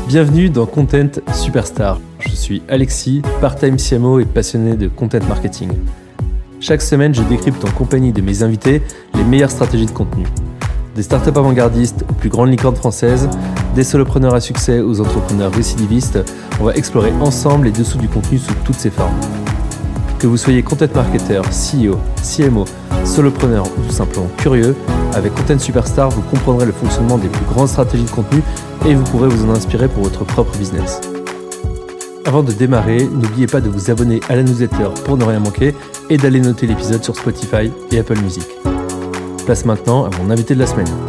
Bienvenue dans Content Superstar. Je suis Alexis, part-time CMO et passionné de content marketing. Chaque semaine, je décrypte en compagnie de mes invités les meilleures stratégies de contenu. Des startups avant-gardistes aux plus grandes licornes françaises, des solopreneurs à succès aux entrepreneurs récidivistes, on va explorer ensemble les dessous du contenu sous toutes ses formes. Que vous soyez content marketeur, CEO, CMO, solopreneur ou tout simplement curieux, avec Content Superstar, vous comprendrez le fonctionnement des plus grandes stratégies de contenu et vous pourrez vous en inspirer pour votre propre business. Avant de démarrer, n'oubliez pas de vous abonner à la newsletter pour ne rien manquer et d'aller noter l'épisode sur Spotify et Apple Music. Place maintenant à mon invité de la semaine.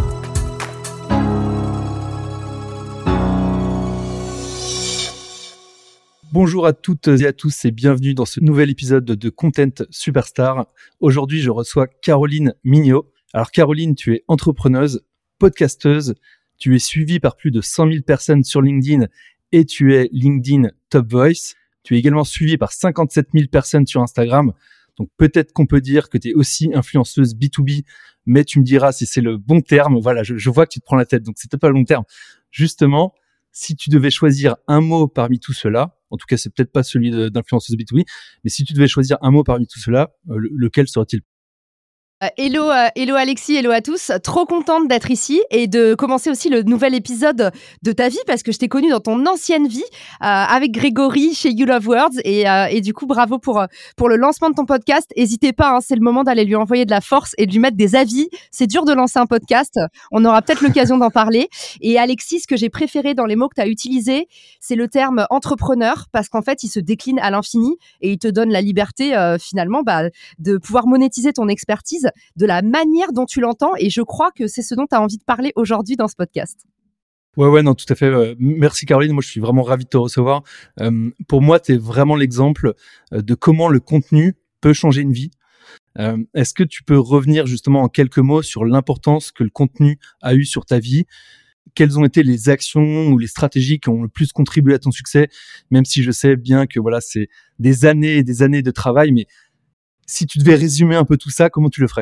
Bonjour à toutes et à tous et bienvenue dans ce nouvel épisode de Content Superstar. Aujourd'hui, je reçois Caroline Mignot. Alors Caroline, tu es entrepreneuse, podcasteuse, tu es suivie par plus de 100 000 personnes sur LinkedIn et tu es LinkedIn Top Voice. Tu es également suivie par 57 000 personnes sur Instagram. Donc peut-être qu'on peut dire que tu es aussi influenceuse B2B, mais tu me diras si c'est le bon terme. Voilà, je vois que tu te prends la tête, donc c'est peut-être pas le bon terme. Justement, si tu devais choisir un mot parmi tout cela, en tout cas c'est peut-être pas celui d'influenceuse B2B, mais si tu devais choisir un mot parmi tout cela, lequel serait-il ? Hello Alexis, hello à tous. Trop contente d'être ici et de commencer aussi le nouvel épisode de ta vie parce que je t'ai connue dans ton ancienne vie avec Grégory chez You Love Words et du coup bravo pour le lancement de ton podcast. N'hésitez pas, hein, c'est le moment d'aller lui envoyer de la force et de lui mettre des avis. C'est dur de lancer un podcast, on aura peut-être l'occasion d'en parler. Et Alexis, ce que j'ai préféré dans les mots que tu as utilisés, c'est le terme entrepreneur parce qu'en fait il se décline à l'infini et il te donne la liberté finalement de pouvoir monétiser ton expertise de la manière dont tu l'entends et je crois que c'est ce dont tu as envie de parler aujourd'hui dans ce podcast. Ouais, non, tout à fait. Merci Caroline, moi je suis vraiment ravi de te recevoir. Pour moi, tu es vraiment l'exemple de comment le contenu peut changer une vie. Est-ce que tu peux revenir justement en quelques mots sur l'importance que le contenu a eu sur ta vie ? Quelles ont été les actions ou les stratégies qui ont le plus contribué à ton succès ? Même si je sais bien que voilà, c'est des années et des années de travail, mais si tu devais résumer un peu tout ça, comment tu le ferais ?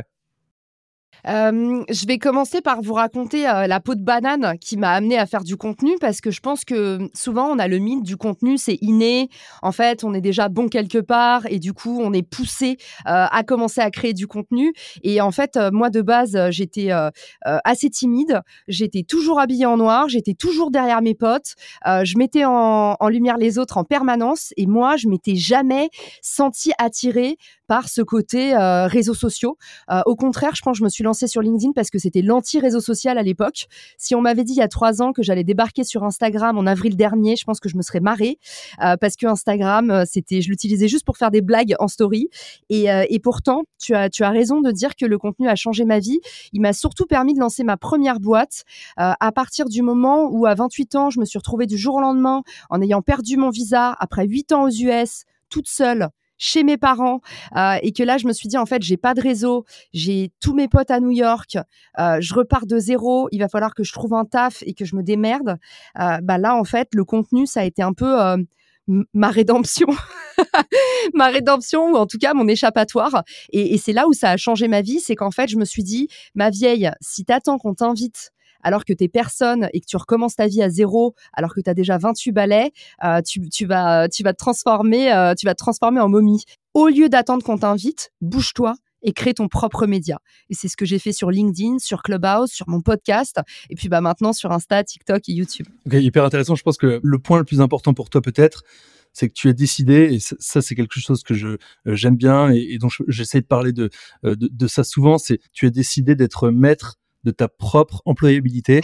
Je vais commencer par vous raconter la peau de banane qui m'a amenée à faire du contenu parce que je pense que souvent on a le mythe du contenu, c'est inné. En fait, on est déjà bon quelque part et du coup, on est poussé à commencer à créer du contenu. Et en fait, moi de base, j'étais assez timide. J'étais toujours habillée en noir. J'étais toujours derrière mes potes. Je mettais en lumière les autres en permanence et moi, je m'étais jamais sentie attirée par ce côté réseaux sociaux. Au contraire, je pense que je me suis lancée sur LinkedIn parce que c'était l'anti-réseau social à l'époque. Si on m'avait dit il y a 3 ans que j'allais débarquer sur Instagram en avril dernier, je pense que je me serais marrée parce que Instagram, je l'utilisais juste pour faire des blagues en story. Et pourtant, tu as raison de dire que le contenu a changé ma vie. Il m'a surtout permis de lancer ma première boîte à partir du moment où, à 28 ans, je me suis retrouvée du jour au lendemain en ayant perdu mon visa après 8 ans aux US, toute seule, chez mes parents et que là je me suis dit en fait j'ai pas de réseau, j'ai tous mes potes à New York, je repars de zéro, il va falloir que je trouve un taf et que je me démerde. Là en fait le contenu ça a été un peu ma rédemption ma rédemption ou en tout cas mon échappatoire et c'est là où ça a changé ma vie, c'est qu'en fait je me suis dit ma vieille, si t'attends qu'on t'invite alors que t'es personne et que tu recommences ta vie à zéro, alors que t'as déjà 28 balais, tu vas te transformer en momie. Au lieu d'attendre qu'on t'invite, bouge-toi et crée ton propre média. Et c'est ce que j'ai fait sur LinkedIn, sur Clubhouse, sur mon podcast, et puis maintenant sur Insta, TikTok et YouTube. Ok, hyper intéressant. Je pense que le point le plus important pour toi peut-être, c'est que tu as décidé, et ça c'est quelque chose que j'aime bien et dont j'essaie de parler de ça souvent, c'est tu as décidé d'être maître de ta propre employabilité.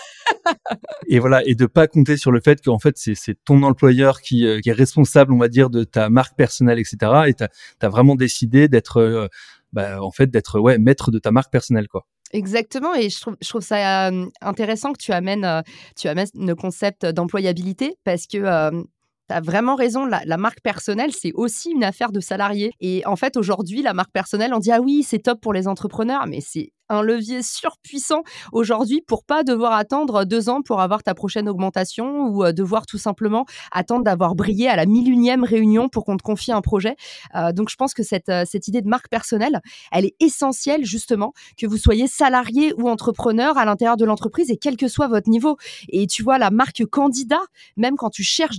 Et voilà, et de pas compter sur le fait qu'en fait c'est ton employeur qui est responsable, on va dire, de ta marque personnelle, etc. Et t'as vraiment décidé d'être maître de ta marque personnelle, quoi. Exactement, et je trouve ça intéressant que tu amènes le concept d'employabilité parce que tu as vraiment raison, la marque personnelle, c'est aussi une affaire de salarié. Et en fait, aujourd'hui, la marque personnelle, on dit « Ah oui, c'est top pour les entrepreneurs », mais c'est un levier surpuissant aujourd'hui pour pas devoir attendre 2 ans pour avoir ta prochaine augmentation ou devoir tout simplement attendre d'avoir brillé à la 1001e réunion pour qu'on te confie un projet. Donc je pense que cette idée de marque personnelle, elle est essentielle justement, que vous soyez salarié ou entrepreneur à l'intérieur de l'entreprise et quel que soit votre niveau. Et tu vois, la marque candidat, même quand tu cherches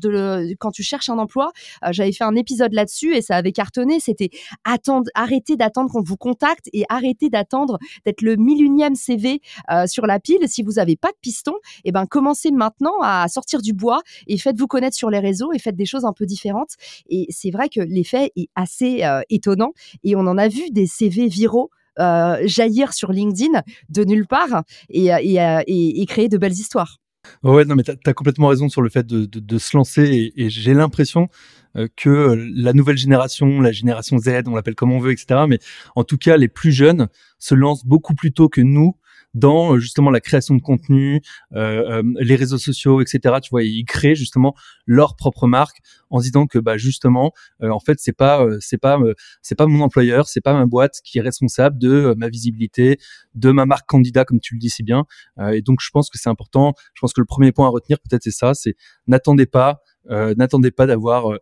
un emploi, j'avais fait un épisode là-dessus et ça avait cartonné, c'était arrêtez d'attendre qu'on vous contacte et arrêtez d'attendre d'être le 1001e CV sur la pile. Si vous n'avez pas de piston, eh ben, commencez maintenant à sortir du bois et faites-vous connaître sur les réseaux et faites des choses un peu différentes. Et c'est vrai que l'effet est assez étonnant et on en a vu des CV viraux jaillir sur LinkedIn de nulle part et créer de belles histoires. Ouais, non, mais t'as complètement raison sur le fait de se lancer et j'ai l'impression que la nouvelle génération, la génération Z, on l'appelle comme on veut, etc. Mais en tout cas, les plus jeunes se lancent beaucoup plus tôt que nous dans justement la création de contenu, les réseaux sociaux, etc. Tu vois, ils créent justement leur propre marque en se disant que justement, en fait, c'est pas mon employeur, c'est pas ma boîte qui est responsable de ma visibilité, de ma marque candidat, comme tu le dis si bien. Et donc, je pense que c'est important. Je pense que le premier point à retenir, peut-être, c'est ça, c'est n'attendez pas d'avoir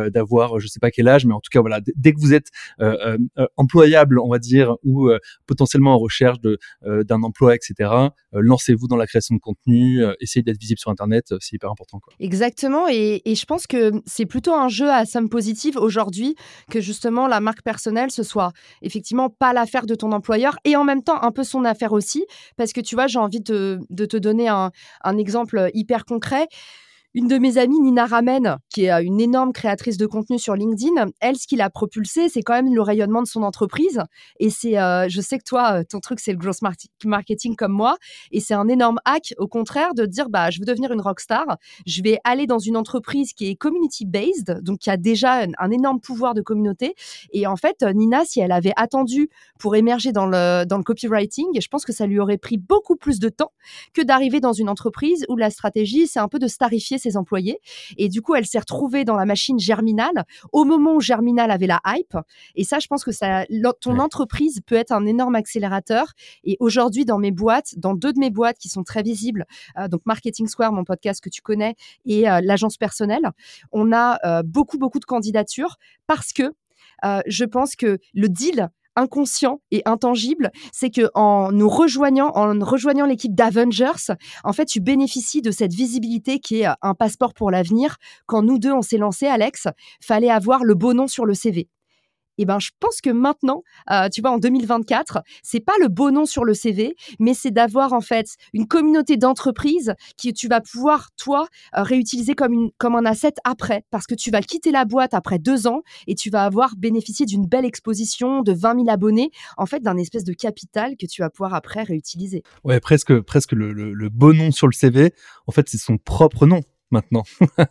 je sais pas quel âge, mais en tout cas voilà, dès que vous êtes employable, on va dire, ou potentiellement en recherche d'un emploi, etc. Lancez-vous dans la création de contenu, essayez d'être visible sur Internet, c'est hyper important, quoi. Exactement, et je pense que c'est plutôt un jeu à somme positive aujourd'hui que justement la marque personnelle, ce soit effectivement pas l'affaire de ton employeur et en même temps un peu son affaire aussi, parce que tu vois, j'ai envie de te donner un exemple hyper concret. Une de mes amies, Nina Ramen, qui est une énorme créatrice de contenu sur LinkedIn, elle, ce qui l'a propulsée, c'est quand même le rayonnement de son entreprise. Et c'est, je sais que toi, ton truc, c'est le growth marketing comme moi. Et c'est un énorme hack, au contraire, de dire, je veux devenir une rockstar. Je vais aller dans une entreprise qui est community-based, donc qui a déjà un énorme pouvoir de communauté. Et en fait, Nina, si elle avait attendu pour émerger dans le copywriting, je pense que ça lui aurait pris beaucoup plus de temps que d'arriver dans une entreprise où la stratégie, c'est un peu de starifier ses employés. Et du coup, elle s'est retrouvée dans la machine Germinal au moment où Germinal avait la hype. Et ça, je pense que ton entreprise peut être un énorme accélérateur. Et aujourd'hui, dans 2 de mes boîtes qui sont très visibles, donc Marketing Square, mon podcast que tu connais, et l'agence personnelle, on a beaucoup de candidatures parce que je pense que le deal inconscient et intangible, c'est que en rejoignant l'équipe d'Avengers, en fait, tu bénéficies de cette visibilité qui est un passeport pour l'avenir. Quand nous deux, on s'est lancés, Alex, fallait avoir le beau nom sur le CV. Et je pense que maintenant, tu vois, en 2024, c'est pas le beau nom sur le CV, mais c'est d'avoir en fait une communauté d'entreprises que tu vas pouvoir, toi, réutiliser comme un asset après, parce que tu vas quitter la boîte après 2 ans et tu vas avoir bénéficié d'une belle exposition de 20 000 abonnés, en fait, d'un espèce de capital que tu vas pouvoir après réutiliser. Ouais, presque le beau nom sur le CV, en fait, c'est son propre nom maintenant.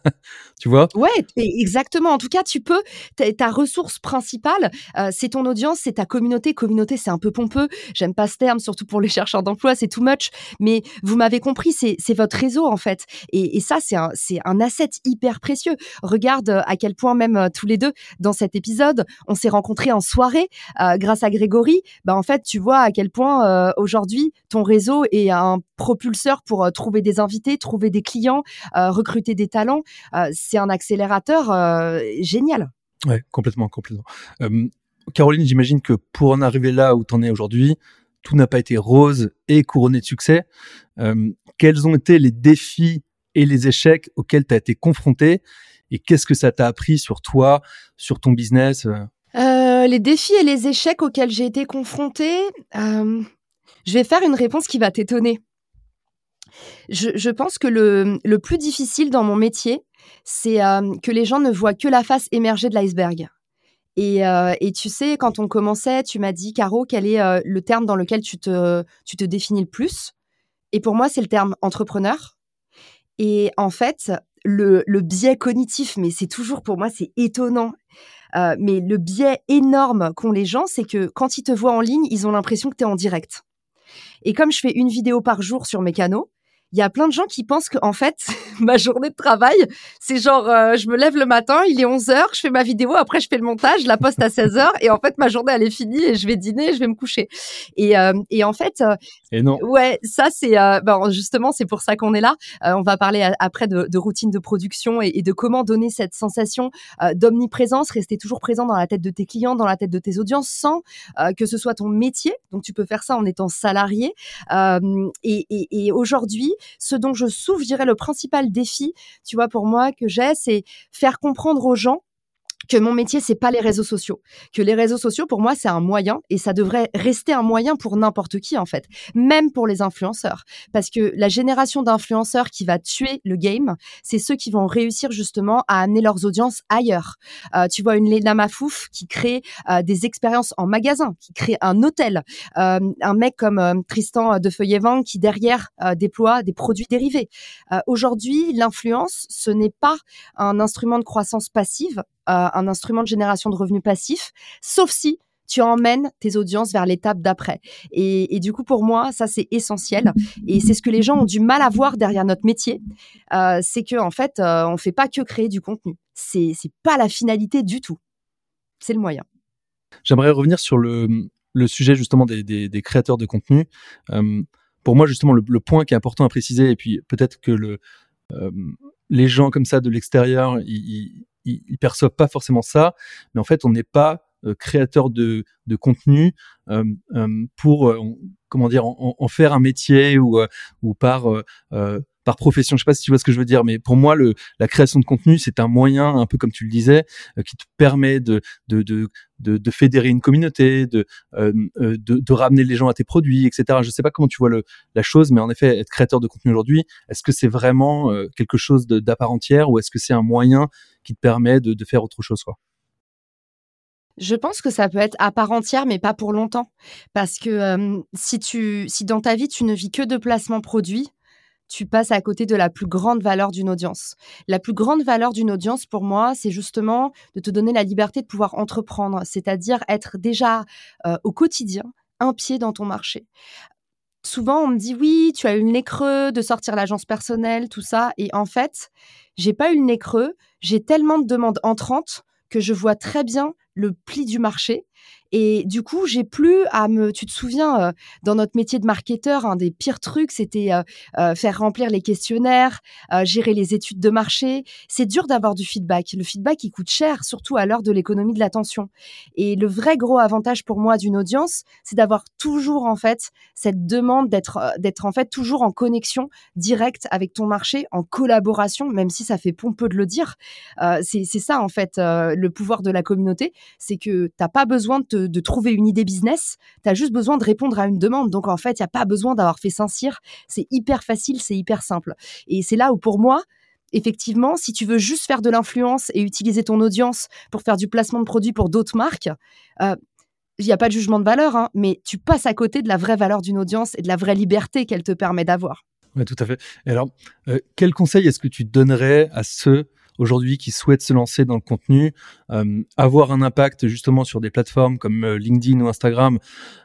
Tu vois? Ouais, exactement. En tout cas, tu peux, ta ressource principale, c'est ton audience, c'est ta communauté. Communauté, c'est un peu pompeux. J'aime pas ce terme, surtout pour les chercheurs d'emploi, c'est too much. Mais vous m'avez compris, c'est votre réseau, en fait. Et ça, c'est un asset hyper précieux. Regarde à quel point, même tous les deux, dans cet épisode, on s'est rencontrés en soirée grâce à Grégory. En fait, tu vois à quel point aujourd'hui, ton réseau est un propulseur pour trouver des invités, trouver des clients, recruter des talents. C'est un accélérateur génial. Ouais, complètement. Caroline, j'imagine que pour en arriver là où tu en es aujourd'hui, tout n'a pas été rose et couronné de succès. Quels ont été les défis et les échecs auxquels tu as été confrontée et qu'est-ce que ça t'a appris sur toi, sur ton business? Les défis et les échecs auxquels j'ai été confrontée, je vais faire une réponse qui va t'étonner. Je pense que le plus difficile dans mon métier, c'est que les gens ne voient que la face émergée de l'iceberg. Et tu sais, quand on commençait, tu m'as dit, Caro, quel est le terme dans lequel tu te définis le plus? Et pour moi, c'est le terme entrepreneur. Et en fait, le biais cognitif, mais c'est toujours, pour moi, c'est étonnant. Mais le biais énorme qu'ont les gens, c'est que quand ils te voient en ligne, ils ont l'impression que tu es en direct. Et comme je fais une vidéo par jour sur mes canaux, il y a plein de gens qui pensent qu'en fait, ma journée de travail, c'est genre, je me lève le matin, il est 11h, je fais ma vidéo, après je fais le montage, je la poste à 16h et en fait, ma journée, elle est finie et je vais dîner et je vais me coucher. Et en fait, Et non. ouais, ça, c'est justement, c'est pour ça qu'on est là. On va parler après de routine de production et de comment donner cette sensation d'omniprésence, rester toujours présent dans la tête de tes clients, dans la tête de tes audiences, sans que ce soit ton métier. Donc, tu peux faire ça en étant salarié. Et aujourd'hui, ce dont je souffre, je dirais, le principal défi, tu vois, pour moi, que j'ai, c'est faire comprendre aux gens que mon métier, c'est pas les réseaux sociaux. Que les réseaux sociaux, pour moi, c'est un moyen et ça devrait rester un moyen pour n'importe qui, en fait. Même pour les influenceurs. Parce que la génération d'influenceurs qui va tuer le game, c'est ceux qui vont réussir justement à amener leurs audiences ailleurs. Tu vois une Lena Mafouf qui crée des expériences en magasin, qui crée un hôtel. Un mec comme Tristan de Feuillet-Vent qui, derrière, déploie des produits dérivés. Aujourd'hui, l'influence, ce n'est pas un instrument de croissance passive, un instrument de génération de revenus passifs, sauf si tu emmènes tes audiences vers l'étape d'après. Et du coup, pour moi, ça, c'est essentiel. Et c'est ce que les gens ont du mal à voir derrière notre métier. C'est qu'en fait, on ne fait pas que créer du contenu. C'est pas la finalité du tout. C'est le moyen. J'aimerais revenir sur le sujet justement des créateurs de contenu. Pour moi, justement, le point qui est important à préciser, et puis peut-être que les gens comme ça de l'extérieur, ils perçoivent pas forcément ça, mais en fait, on n'est pas créateur de contenu pour comment dire en faire un métier ou par profession. Je sais pas si tu vois ce que je veux dire, mais pour moi, la création de contenu, c'est un moyen, un peu comme tu le disais, qui te permet de fédérer une communauté, de ramener les gens à tes produits, etc. Je sais pas comment tu vois la chose, mais en effet, être créateur de contenu aujourd'hui, est-ce que c'est vraiment quelque chose d'à part entière ou est-ce que c'est un moyen qui te permet de faire autre chose, quoi? Je pense que ça peut être à part entière, mais pas pour longtemps. Parce que si dans ta vie, tu ne vis que de placements produits, tu passes à côté de la plus grande valeur d'une audience. La plus grande valeur d'une audience, pour moi, c'est justement de te donner la liberté de pouvoir entreprendre, c'est-à-dire être déjà au quotidien, un pied dans ton marché. Souvent, on me dit, oui, tu as eu le nez creux de sortir l'agence personnelle, tout ça. Et en fait, j'ai pas eu le nez creux. J'ai tellement de demandes entrantes que je vois très bien le pli du marché. Et du coup, j'ai plus à me... Tu te souviens, dans notre métier de marketeur, un des pires trucs, c'était faire remplir les questionnaires, gérer les études de marché. C'est dur d'avoir du feedback. Le feedback, il coûte cher, surtout à l'heure de l'économie de l'attention. Et le vrai gros avantage pour moi d'une audience, c'est d'avoir toujours, en fait, cette demande d'être en fait toujours en connexion directe avec ton marché, en collaboration, même si ça fait pompeux de le dire. C'est ça, en fait, le pouvoir de la communauté. C'est que t'as pas besoin de trouver une idée business, tu as juste besoin de répondre à une demande. Donc, en fait, il n'y a pas besoin d'avoir fait Saint-Cyr. C'est hyper facile, c'est hyper simple. Et c'est là où, pour moi, effectivement, si tu veux juste faire de l'influence et utiliser ton audience pour faire du placement de produits pour d'autres marques, il n'y a pas de jugement de valeur, hein, mais tu passes à côté de la vraie valeur d'une audience et de la vraie liberté qu'elle te permet d'avoir. Oui, tout à fait. Et alors, quel conseil est-ce que tu donnerais à ceux aujourd'hui qui souhaitent se lancer dans le contenu, avoir un impact justement sur des plateformes comme LinkedIn ou Instagram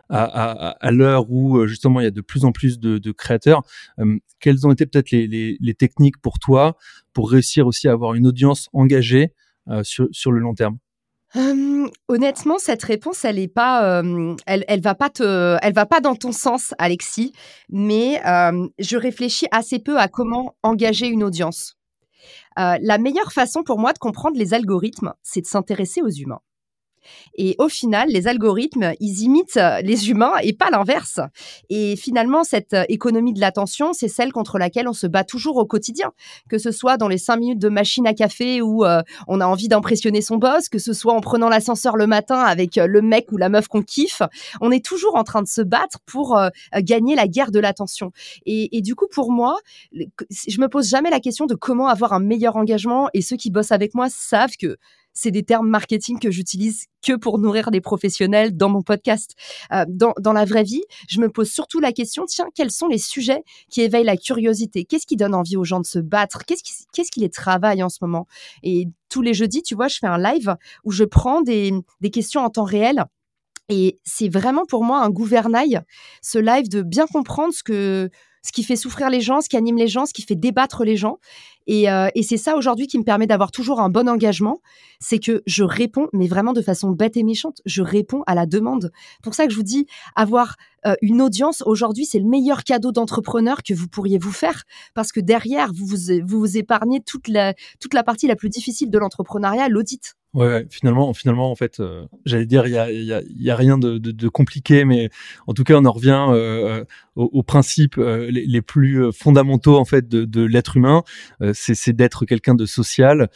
à l'heure où justement il y a de plus en plus de créateurs? Quelles ont été peut-être les techniques pour toi pour réussir aussi à avoir une audience engagée sur le long terme? Honnêtement, cette réponse, elle est pas, elle va pas dans ton sens, Alexis. Mais je réfléchis assez peu à comment engager une audience. La meilleure façon pour moi de comprendre les algorithmes, c'est de s'intéresser aux humains. Et au final, les algorithmes, ils imitent les humains et pas l'inverse. Et finalement, cette économie de l'attention, c'est celle contre laquelle on se bat toujours au quotidien. Que ce soit dans les 5 minutes de machine à café où on a envie d'impressionner son boss, que ce soit en prenant l'ascenseur le matin avec le mec ou la meuf qu'on kiffe, on est toujours en train de se battre pour gagner la guerre de l'attention. Et du coup, pour moi, je me pose jamais la question de comment avoir un meilleur engagement, et ceux qui bossent avec moi savent que c'est des termes marketing que j'utilise que pour nourrir des professionnels dans mon podcast. Dans la vraie vie, je me pose surtout la question, tiens, quels sont les sujets qui éveillent la curiosité? Qu'est-ce qui donne envie aux gens de se battre? Qu'est-ce qui les travaille en ce moment? Et tous les jeudis, tu vois, je fais un live où je prends des questions en temps réel. Et c'est vraiment pour moi un gouvernail, ce live, de bien comprendre ce ce qui fait souffrir les gens, ce qui anime les gens, ce qui fait débattre les gens. Et c'est ça aujourd'hui qui me permet d'avoir toujours un bon engagement, c'est que je réponds, mais vraiment de façon bête et méchante, je réponds à la demande. Pour ça que je vous dis, avoir une audience, aujourd'hui, c'est le meilleur cadeau d'entrepreneur que vous pourriez vous faire, parce que derrière, vous épargnez toute la partie la plus difficile de l'entrepreneuriat, l'audit. Ouais, finalement, en fait, j'allais dire, il y a rien de compliqué, mais en tout cas, on en revient aux principes les plus fondamentaux en fait de l'être humain. C'est d'être quelqu'un de social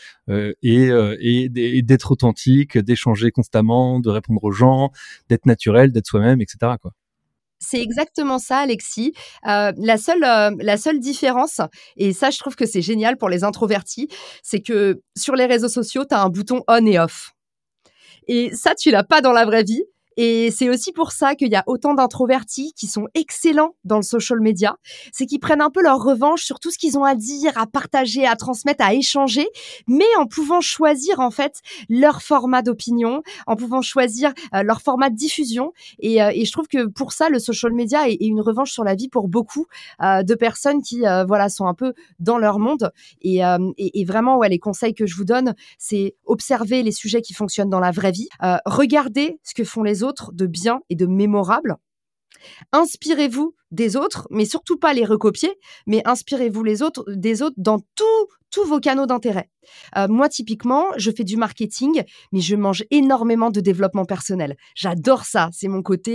et d'être authentique, d'échanger constamment, de répondre aux gens, d'être naturel, d'être soi-même, etc., quoi. C'est exactement ça, Alexis. La seule différence, et ça, je trouve que c'est génial pour les introvertis, c'est que sur les réseaux sociaux, tu as un bouton on et off. Et ça, tu l'as pas dans la vraie vie. Et c'est aussi pour ça qu'il y a autant d'introvertis qui sont excellents dans le social media. C'est qu'ils prennent un peu leur revanche sur tout ce qu'ils ont à dire, à partager, à transmettre, à échanger, mais en pouvant choisir en fait leur format d'opinion, en pouvant choisir leur format de diffusion. Et je trouve que pour ça, le social media est une revanche sur la vie pour beaucoup de personnes qui sont un peu dans leur monde. Et vraiment, ouais, les conseils que je vous donne, c'est observer les sujets qui fonctionnent dans la vraie vie, regarder ce que font les autres de bien et de mémorable. Inspirez-vous des autres, mais surtout pas les recopier, mais inspirez-vous des autres dans tous vos canaux d'intérêt. Moi, typiquement, je fais du marketing, mais je mange énormément de développement personnel. J'adore ça. C'est mon côté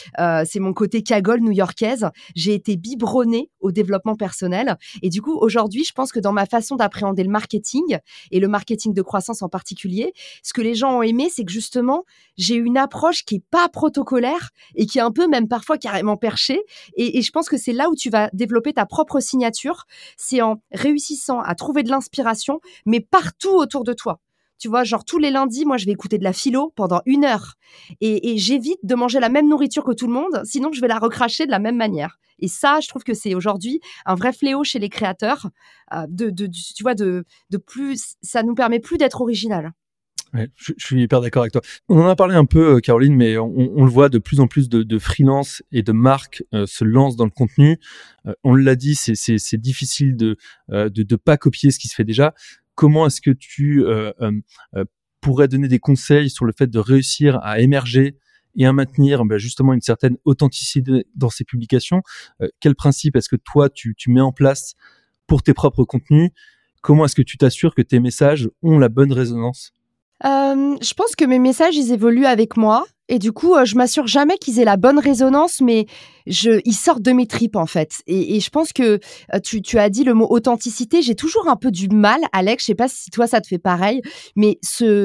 cagole new-yorkaise. J'ai été biberonnée au développement personnel. Et du coup, aujourd'hui, je pense que dans ma façon d'appréhender le marketing, et le marketing de croissance en particulier, ce que les gens ont aimé, c'est que justement, j'ai une approche qui est pas protocolaire et qui est un peu même parfois carrément perchée. Et je pense que c'est là où tu vas développer ta propre signature. C'est en réussissant à trouver de l'inspiration, mais partout autour de toi. Tu vois, genre tous les lundis, moi, je vais écouter de la philo pendant 1 heure. Et j'évite de manger la même nourriture que tout le monde, sinon je vais la recracher de la même manière. Et ça, je trouve que c'est aujourd'hui un vrai fléau chez les créateurs. Tu vois, plus, ça nous permet plus d'être original. Ouais, je suis hyper d'accord avec toi. On en a parlé un peu, Caroline, mais on le voit de plus en plus de freelance et de marques se lancent dans le contenu. On l'a dit, c'est difficile de pas copier ce qui se fait déjà. Comment est-ce que tu pourrais donner des conseils sur le fait de réussir à émerger et à maintenir justement une certaine authenticité dans ces publications? Quel principe est-ce que toi tu mets en place pour tes propres contenus? Comment est-ce que tu t'assures que tes messages ont la bonne résonance? Je pense que mes messages, ils évoluent avec moi. Et du coup, je m'assure jamais qu'ils aient la bonne résonance, mais ils sortent de mes tripes, en fait. Et je pense que tu as dit le mot authenticité. J'ai toujours un peu du mal, Alex. Je sais pas si toi, ça te fait pareil. Mais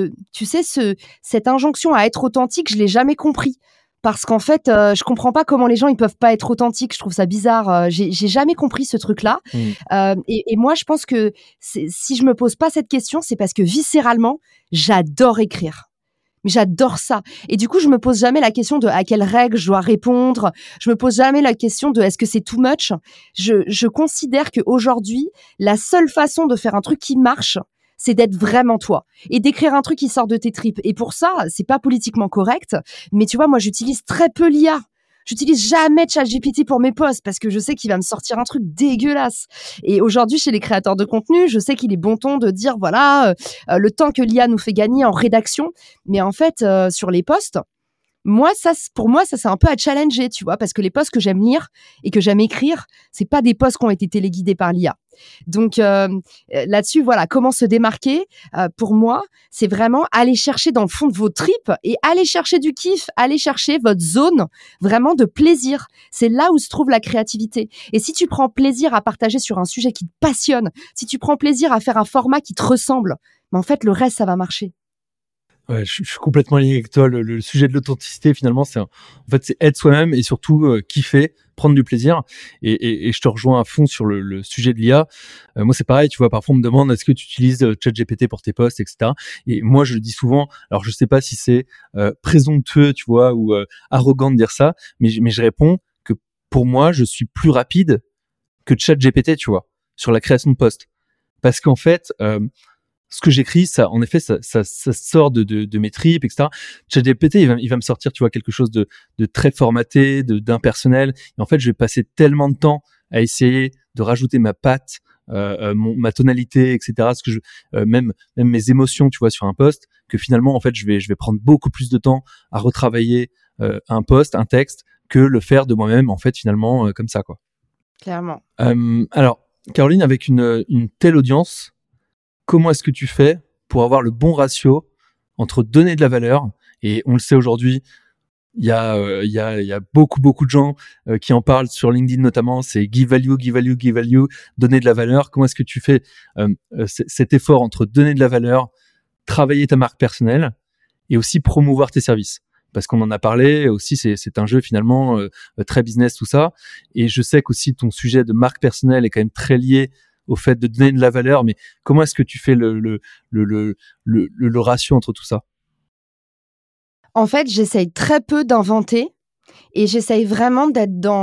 cette injonction à être authentique, je l'ai jamais compris. Parce qu'en fait, je comprends pas comment les gens ils peuvent pas être authentiques. Je trouve ça bizarre. J'ai jamais compris ce truc-là. Et moi, je pense que si je me pose pas cette question, c'est parce que viscéralement, j'adore écrire. Mais j'adore ça. Et du coup, je me pose jamais la question de à quelle règle je dois répondre. Je me pose jamais la question de est-ce que c'est too much. Je considère qu'aujourd'hui, la seule façon de faire un truc qui marche, c'est d'être vraiment toi et d'écrire un truc qui sort de tes tripes. Et pour ça, c'est pas politiquement correct, mais tu vois, moi, j'utilise très peu l'IA. J'utilise jamais ChatGPT pour mes posts parce que je sais qu'il va me sortir un truc dégueulasse. Et aujourd'hui, chez les créateurs de contenu, je sais qu'il est bon ton de dire, voilà, le temps que l'IA nous fait gagner en rédaction. Mais en fait, sur les posts, pour moi, ça c'est un peu à challenger, tu vois, parce que les posts que j'aime lire et que j'aime écrire, c'est pas des posts qui ont été téléguidés par l'IA. Donc là-dessus, voilà, comment se démarquer pour moi, c'est vraiment aller chercher dans le fond de vos tripes et aller chercher du kiff, aller chercher votre zone vraiment de plaisir. C'est là où se trouve la créativité. Et si tu prends plaisir à partager sur un sujet qui te passionne, si tu prends plaisir à faire un format qui te ressemble, en fait, le reste, ça va marcher. Ouais, je suis complètement aligné avec toi. Le sujet de l'authenticité, finalement, c'est être soi-même et surtout kiffer, prendre du plaisir. Et je te rejoins à fond sur le sujet de l'IA. Moi, c'est pareil, tu vois, parfois on me demande est-ce que tu utilises ChatGPT pour tes posts, etc. Et moi, je le dis souvent. Alors, je sais pas si c'est présomptueux, tu vois, ou arrogant de dire ça, mais je réponds que pour moi, je suis plus rapide que ChatGPT, tu vois, sur la création de posts. Parce qu'en fait, ce que j'écris, ça, en effet, ça sort de mes tripes, etc. ChatGPT, il va me sortir, tu vois, quelque chose de très formaté, d'impersonnel. Et en fait, je vais passer tellement de temps à essayer de rajouter ma patte, ma tonalité, etc. Ce que même mes émotions, tu vois, sur un post, que finalement, en fait, je vais prendre beaucoup plus de temps à retravailler un post, un texte, que le faire de moi-même, en fait, finalement, comme ça, quoi. Clairement. Alors, Caroline, avec une telle audience, comment est-ce que tu fais pour avoir le bon ratio entre donner de la valeur, et on le sait aujourd'hui, il y a beaucoup de gens qui en parlent sur LinkedIn notamment, c'est give value, donner de la valeur. Comment est-ce que tu fais cet effort entre donner de la valeur, travailler ta marque personnelle et aussi promouvoir tes services? Parce qu'on en a parlé aussi, c'est un jeu finalement très business, tout ça. Et je sais qu'aussi ton sujet de marque personnelle est quand même très lié au fait de donner de la valeur. Mais comment est-ce que tu fais le ratio entre tout ça? En fait, j'essaye très peu d'inventer et j'essaye vraiment d'être dans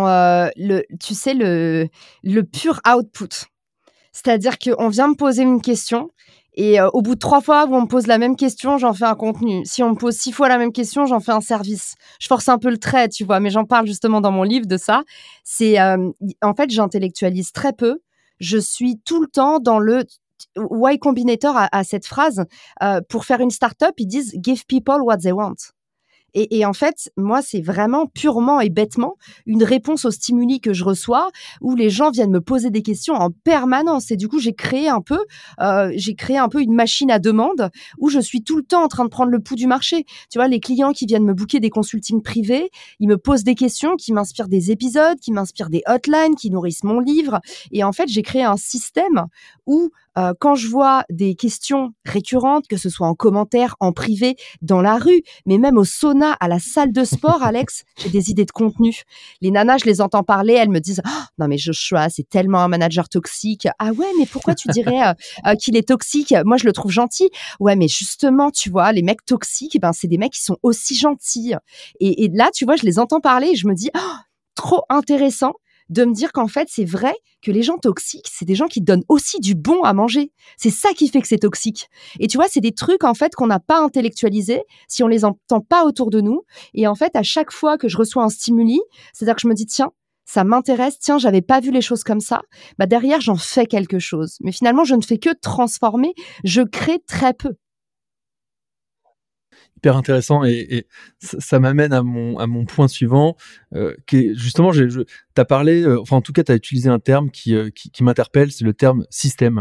le pur output. C'est-à-dire qu'on vient me poser une question et au bout de 3 fois où on me pose la même question, j'en fais un contenu. Si on me pose 6 fois la même question, j'en fais un service. Je force un peu le trait, tu vois, mais j'en parle justement dans mon livre de ça. En fait, j'intellectualise très peu. Je suis tout le temps dans le Y Combinator à cette phrase. Pour faire une start-up, ils disent « Give people what they want ». Et en fait, moi, c'est vraiment purement et bêtement une réponse aux stimuli que je reçois où les gens viennent me poser des questions en permanence. Et du coup, j'ai créé un peu une machine à demande où je suis tout le temps en train de prendre le pouls du marché. Tu vois, les clients qui viennent me booker des consultings privés, ils me posent des questions qui m'inspirent des épisodes, qui m'inspirent des hotlines, qui nourrissent mon livre. Et en fait, j'ai créé un système où quand je vois des questions récurrentes, que ce soit en commentaire, en privé, dans la rue, mais même au sauna, à la salle de sport, Alex, j'ai des idées de contenu. Les nanas, je les entends parler, elles me disent oh, « Non mais Joshua, c'est tellement un manager toxique. » Ah ouais, mais pourquoi tu dirais qu'il est toxique? Moi, je le trouve gentil. Ouais, mais justement, tu vois, les mecs toxiques, ben, c'est des mecs qui sont aussi gentils. Et là, tu vois, je les entends parler et je me dis oh, trop intéressant de me dire qu'en fait, c'est vrai que les gens toxiques, c'est des gens qui donnent aussi du bon à manger. C'est ça qui fait que c'est toxique. Et tu vois, c'est des trucs, en fait, qu'on n'a pas intellectualisés si on les entend pas autour de nous. Et en fait, à chaque fois que je reçois un stimuli, c'est-à-dire que je me dis, tiens, ça m'intéresse, tiens, j'avais pas vu les choses comme ça. Bah, derrière, j'en fais quelque chose. Mais finalement, je ne fais que transformer. Je crée très peu. Hyper intéressant et ça m'amène à mon point suivant qui est justement t'as parlé enfin en tout cas t'as utilisé un terme qui m'interpelle, c'est le terme système.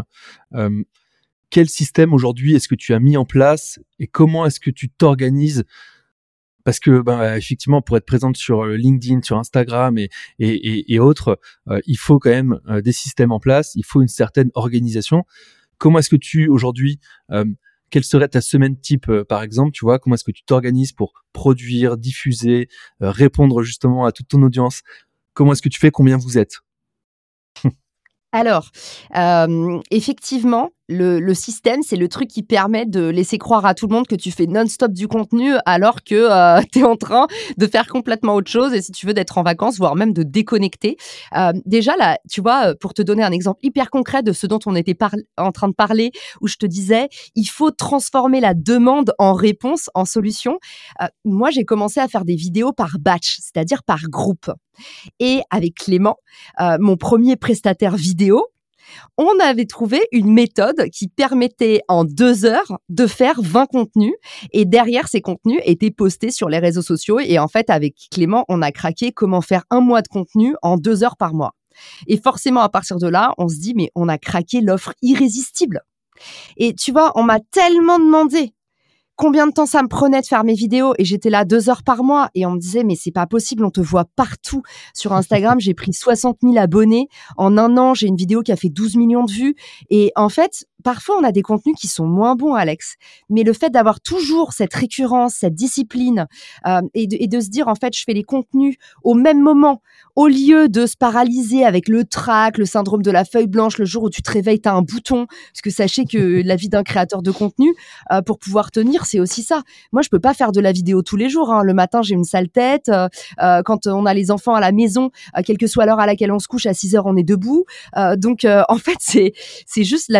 Quel système aujourd'hui est-ce que tu as mis en place et comment est-ce que tu t'organises? Parce que effectivement, pour être présente sur LinkedIn, sur Instagram et autres, il faut quand même des systèmes en place, il faut une certaine organisation. Comment est-ce que tu aujourd'hui quelle serait ta semaine type, par exemple, tu vois? Comment est-ce que tu t'organises pour produire, diffuser, répondre justement à toute ton audience? Comment est-ce que tu fais? Combien vous êtes? Alors, effectivement, le système, c'est le truc qui permet de laisser croire à tout le monde que tu fais non-stop du contenu alors que tu es en train de faire complètement autre chose et si tu veux d'être en vacances, voire même de déconnecter. Déjà, là, tu vois, pour te donner un exemple hyper concret de ce dont on était en train de parler, où je te disais, il faut transformer la demande en réponse, en solution. Moi, j'ai commencé à faire des vidéos par batch, c'est-à-dire par groupe. Et avec Clément, mon premier prestataire vidéo, on avait trouvé une méthode qui permettait en 2 heures de faire 20 contenus et derrière ces contenus étaient postés sur les réseaux sociaux et en fait avec Clément on a craqué comment faire 1 mois de contenu en 2 heures par mois et forcément à partir de là on se dit mais on a craqué l'offre irrésistible et tu vois on m'a tellement demandé combien de temps ça me prenait de faire mes vidéos et j'étais là 2 heures par mois et on me disait mais c'est pas possible, on te voit partout sur Instagram, j'ai pris 60 000 abonnés en 1 an, j'ai une vidéo qui a fait 12 millions de vues et en fait parfois on a des contenus qui sont moins bons Alex, mais le fait d'avoir toujours cette récurrence, cette discipline et de se dire en fait je fais les contenus au même moment au lieu de se paralyser avec le trac, le syndrome de la feuille blanche, le jour où tu te réveilles t'as un bouton, parce que sachez que la vie d'un créateur de contenu pour pouvoir tenir c'est aussi ça. Moi, je peux pas faire de la vidéo tous les jours. Hein. Le matin, j'ai une sale tête. Quand on a les enfants à la maison, quelle que soit l'heure à laquelle on se couche, à 6 heures, on est debout. Donc, en fait, c'est juste la vie réelle.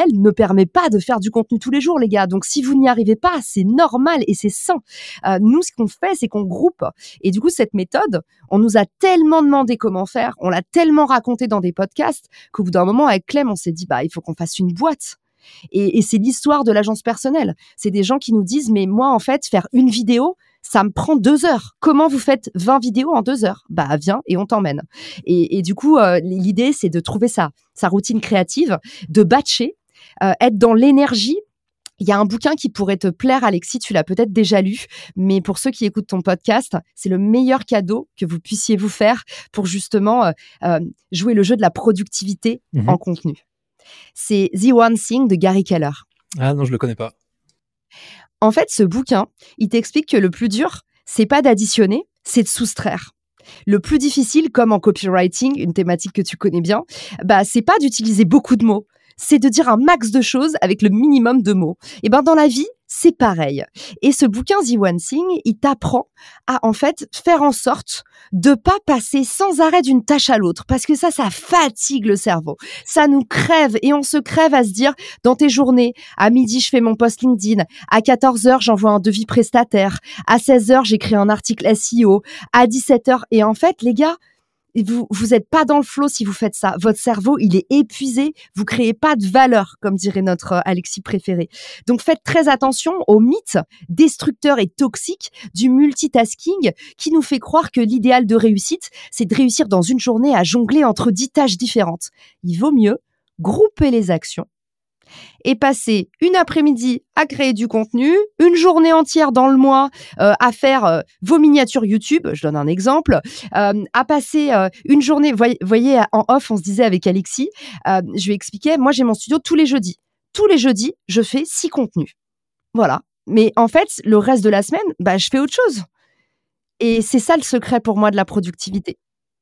actuel ne permet pas de faire du contenu tous les jours, les gars. Donc, si vous n'y arrivez pas, c'est normal et c'est sain. Nous, ce qu'on fait, c'est qu'on groupe. Et du coup, cette méthode, on nous a tellement demandé comment faire, on l'a tellement raconté dans des podcasts qu'au bout d'un moment, avec Clem, on s'est dit, il faut qu'on fasse une boîte. Et c'est l'histoire de l'agence personnelle. C'est des gens qui nous disent, mais moi, en fait, faire une vidéo, ça me prend 2 heures. Comment vous faites 20 vidéos en 2 heures ? Viens et on t'emmène. Et du coup, l'idée, c'est de trouver sa routine créative, de batcher, être dans l'énergie. Il y a un bouquin qui pourrait te plaire, Alexis, tu l'as peut-être déjà lu, mais pour ceux qui écoutent ton podcast, c'est le meilleur cadeau que vous puissiez vous faire pour justement jouer le jeu de la productivité en contenu. C'est The One Thing de Gary Keller. Ah non, je le connais pas. En fait, ce bouquin, il t'explique que le plus dur, c'est pas d'additionner, c'est de soustraire. Le plus difficile, comme en copywriting, une thématique que tu connais bien, c'est pas d'utiliser beaucoup de mots, c'est de dire un max de choses avec le minimum de mots. Et dans la vie, c'est pareil. Et ce bouquin The One Thing, il t'apprend à en fait faire en sorte de pas passer sans arrêt d'une tâche à l'autre, parce que ça fatigue le cerveau. Ça nous crève et on se crève à se dire dans tes journées, à midi je fais mon post LinkedIn, à 14h j'envoie un devis prestataire, à 16h j'écris un article SEO, à 17h et en fait les gars, vous êtes pas dans le flow si vous faites ça. Votre cerveau, il est épuisé. Vous créez pas de valeur, comme dirait notre Alexis préféré. Donc, faites très attention aux mythes destructeurs et toxiques du multitasking qui nous fait croire que l'idéal de réussite, c'est de réussir dans une journée à jongler entre 10 tâches différentes. Il vaut mieux grouper les actions et passer une après-midi à créer du contenu, une journée entière dans le mois à faire vos miniatures YouTube, je donne un exemple, à passer une journée, voyez, en off, on se disait avec Alexis, je lui expliquais, moi j'ai mon studio tous les jeudis. Tous les jeudis, je fais 6 contenus. Voilà. Mais en fait, le reste de la semaine, je fais autre chose. Et c'est ça le secret pour moi de la productivité.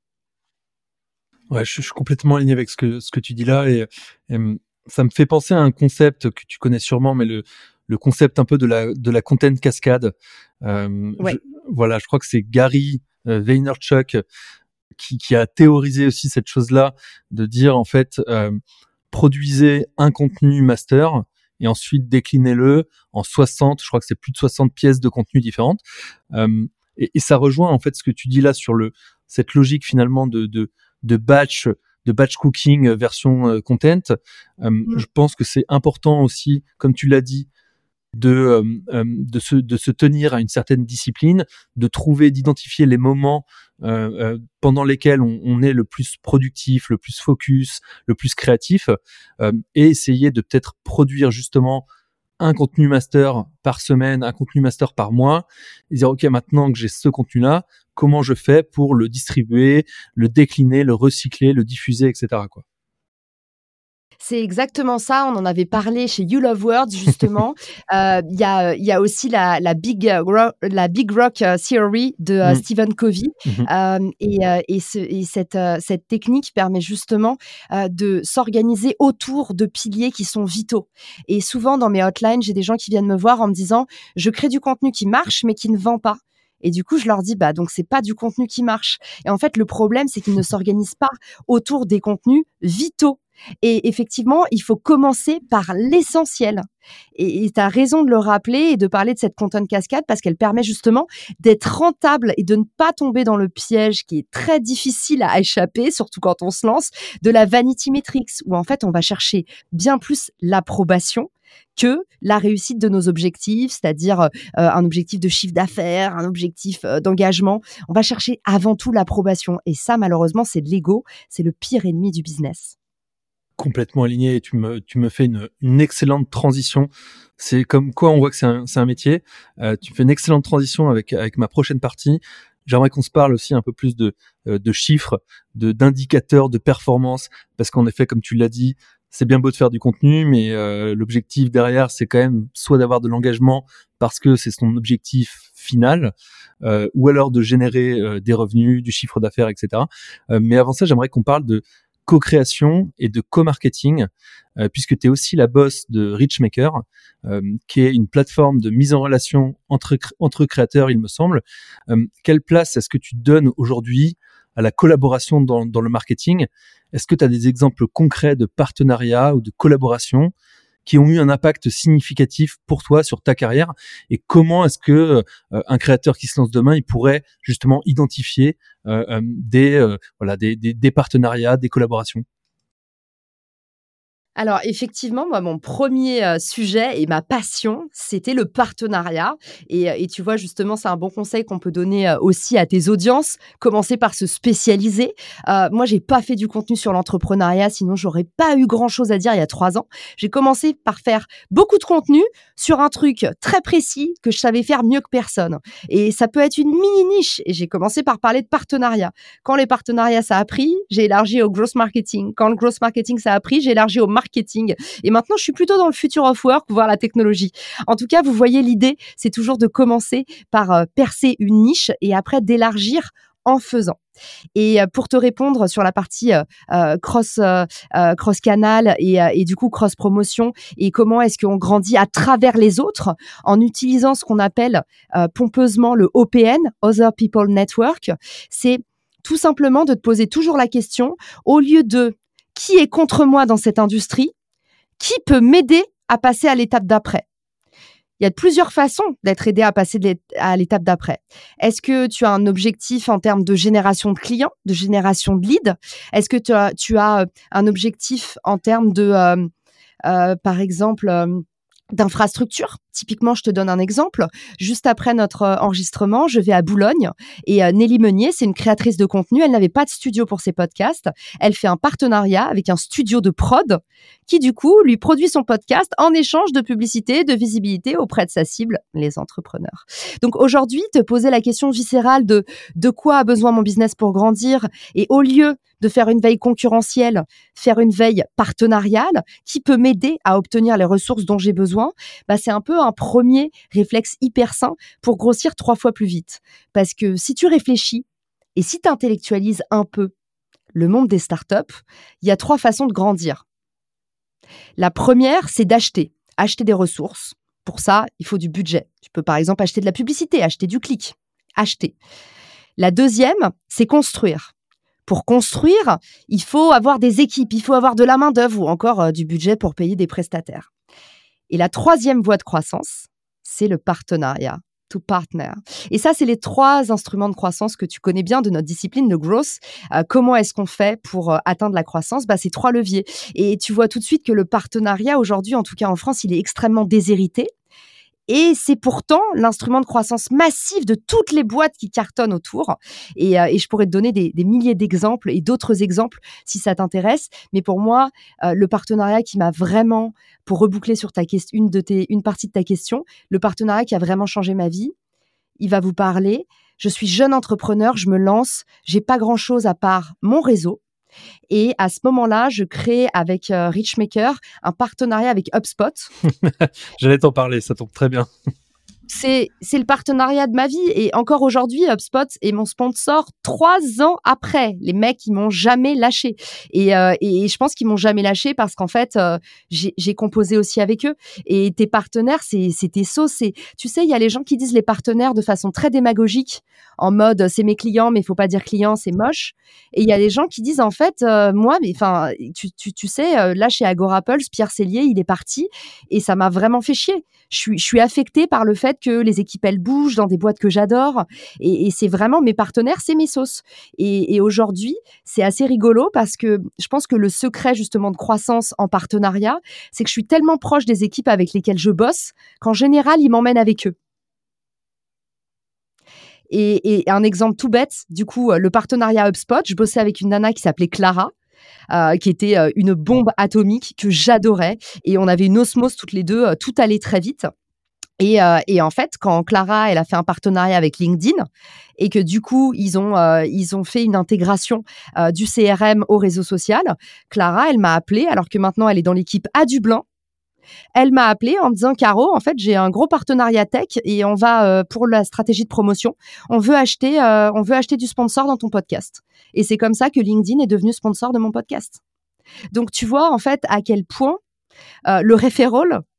Ouais, je suis complètement aligné avec ce que tu dis là et ça me fait penser à un concept que tu connais sûrement, mais le concept un peu de la content cascade. Ouais. Je crois que c'est Gary Vaynerchuk qui a théorisé aussi cette chose-là, de dire en fait, produisez un contenu master et ensuite déclinez-le en 60, je crois que c'est plus de 60 pièces de contenu différentes. Et ça rejoint en fait ce que tu dis là sur cette logique finalement de batch cooking version content. Je pense que c'est important aussi, comme tu l'as dit, de se tenir à une certaine discipline, d'identifier les moments pendant lesquels on est le plus productif, le plus focus, le plus créatif, et essayer de peut-être produire justement un contenu master par semaine, un contenu master par mois, et dire ok, maintenant que j'ai ce contenu-là, comment je fais pour le distribuer, le décliner, le recycler, le diffuser, etc., quoi. C'est exactement ça. On en avait parlé chez You Love Words, justement. Il y a aussi la Big Rock Theory de Stephen Covey. Et cette technique permet justement de s'organiser autour de piliers qui sont vitaux. Et souvent, dans mes hotlines, j'ai des gens qui viennent me voir en me disant « Je crée du contenu qui marche, mais qui ne vend pas. » Et du coup, je leur dis, donc c'est pas du contenu qui marche. Et en fait, le problème, c'est qu'ils ne s'organisent pas autour des contenus vitaux. Et effectivement, il faut commencer par l'essentiel. Et tu as raison de le rappeler et de parler de cette content cascade parce qu'elle permet justement d'être rentable et de ne pas tomber dans le piège qui est très difficile à échapper, surtout quand on se lance, de la vanity metrics, où en fait, on va chercher bien plus l'approbation que la réussite de nos objectifs, c'est-à-dire un objectif de chiffre d'affaires, un objectif d'engagement. On va chercher avant tout l'approbation. Et ça, malheureusement, c'est de l'ego. C'est le pire ennemi du business. Complètement aligné et tu me fais une excellente transition. C'est comme quoi on voit que c'est un métier. Tu fais une excellente transition avec ma prochaine partie. J'aimerais qu'on se parle aussi un peu plus de chiffres, d'indicateurs, de performance, parce qu'en effet, comme tu l'as dit, c'est bien beau de faire du contenu, mais l'objectif derrière, c'est quand même soit d'avoir de l'engagement parce que c'est son objectif final, ou alors de générer des revenus, du chiffre d'affaires, etc. Mais avant ça, j'aimerais qu'on parle de co-création et de co-marketing, puisque tu es aussi la boss de Richmaker, qui est une plateforme de mise en relation entre créateurs, il me semble. Quelle place est-ce que tu donnes aujourd'hui à la collaboration dans le marketing. Est-ce que tu as des exemples concrets de partenariats ou de collaboration qui ont eu un impact significatif pour toi sur ta carrière, et comment est-ce que un créateur qui se lance demain, il pourrait justement identifier des partenariats, des collaborations? Alors effectivement, moi, mon premier sujet et ma passion, c'était le partenariat. Et tu vois, justement, c'est un bon conseil qu'on peut donner aussi à tes audiences. Commencer par se spécialiser. Moi, j'ai pas fait du contenu sur l'entrepreneuriat, sinon j'aurais pas eu grand-chose à dire il y a 3 ans. J'ai commencé par faire beaucoup de contenu sur un truc très précis que je savais faire mieux que personne. Et ça peut être une mini-niche. Et j'ai commencé par parler de partenariat. Quand les partenariats, ça a pris, j'ai élargi au growth marketing. Quand le growth marketing, ça a pris, j'ai élargi au marketing. Et maintenant, je suis plutôt dans le future of work, voire la technologie. En tout cas, vous voyez, l'idée, c'est toujours de commencer par percer une niche et après d'élargir en faisant. Et pour te répondre sur la partie cross-canal et du coup cross-promotion et comment est-ce qu'on grandit à travers les autres en utilisant ce qu'on appelle pompeusement le OPN, Other People Network, c'est tout simplement de te poser toujours la question, au lieu de qui est contre moi dans cette industrie, qui peut m'aider à passer à l'étape d'après. Il y a plusieurs façons d'être aidé à passer à l'étape d'après. Est-ce que tu as un objectif en termes de génération de clients, de génération de leads? Est-ce que tu as un objectif en termes de, par exemple, d'infrastructure? Typiquement, je te donne un exemple. Juste après notre enregistrement, je vais à Boulogne et Nelly Meunier, c'est une créatrice de contenu. Elle n'avait pas de studio pour ses podcasts. Elle fait un partenariat avec un studio de prod qui, du coup, lui produit son podcast en échange de publicité, de visibilité auprès de sa cible, les entrepreneurs. Donc aujourd'hui, te poser la question viscérale de quoi a besoin mon business pour grandir, et au lieu de faire une veille concurrentielle, faire une veille partenariale qui peut m'aider à obtenir les ressources dont j'ai besoin, c'est un peu un premier réflexe hyper sain pour grossir 3 fois plus vite. Parce que si tu réfléchis et si tu intellectualises un peu le monde des startups, il y a 3 façons de grandir. La première, c'est d'acheter des ressources. Pour ça, il faut du budget. Tu peux par exemple acheter de la publicité, acheter du clic, acheter. La deuxième, c'est construire. Pour construire, il faut avoir des équipes, il faut avoir de la main-d'œuvre ou encore du budget pour payer des prestataires. Et la troisième voie de croissance, c'est le partenariat, to partner. Et ça, c'est les 3 instruments de croissance que tu connais bien de notre discipline, le growth. Comment est-ce qu'on fait pour atteindre la croissance? C'est 3 leviers. Et tu vois tout de suite que le partenariat, aujourd'hui, en tout cas en France, il est extrêmement déshérité. Et c'est pourtant l'instrument de croissance massif de toutes les boîtes qui cartonnent autour. Et je pourrais te donner des milliers d'exemples et d'autres exemples si ça t'intéresse. Mais pour moi, le partenariat qui m'a vraiment, pour reboucler sur une partie de ta question, le partenariat qui a vraiment changé ma vie, il va vous parler. Je suis jeune entrepreneur, je me lance, j'ai pas grand-chose à part mon réseau. Et à ce moment-là, je crée avec Richmaker un partenariat avec HubSpot. J'allais t'en parler, ça tombe très bien. C'est le partenariat de ma vie. Et encore aujourd'hui, HubSpot est mon sponsor 3 ans après. Les mecs, ils m'ont jamais lâché. Et je pense qu'ils m'ont jamais lâché parce qu'en fait, j'ai composé aussi avec eux. Et tes partenaires, c'est tes sauces. Tu sais, il y a les gens qui disent les partenaires de façon très démagogique, en mode c'est mes clients, mais il faut pas dire client, c'est moche. Et il y a les gens qui disent en fait, moi, mais enfin, tu sais, là chez Agorapulse, Pierre Sellier, il est parti et ça m'a vraiment fait chier. Je suis affectée par le fait que les équipes, elles bougent dans des boîtes que j'adore. Et c'est vraiment mes partenaires, c'est mes sauces. Et aujourd'hui, c'est assez rigolo parce que je pense que le secret justement de croissance en partenariat, c'est que je suis tellement proche des équipes avec lesquelles je bosse qu'en général, ils m'emmènent avec eux. Et un exemple tout bête, du coup, le partenariat HubSpot, je bossais avec une nana qui s'appelait Clara, qui était une bombe atomique que j'adorais. Et on avait une osmose toutes les deux, tout allait très vite. Et en fait, quand Clara, elle a fait un partenariat avec LinkedIn et que du coup, ils ont fait une intégration du CRM au réseau social, Clara, elle m'a appelée alors que maintenant, elle est dans l'équipe à Dublin. Elle m'a appelée en me disant « Caro, en fait, j'ai un gros partenariat tech et on va, pour la stratégie de promotion, on veut acheter du sponsor dans ton podcast. » Et c'est comme ça que LinkedIn est devenu sponsor de mon podcast. Donc, tu vois, en fait, à quel point le referral,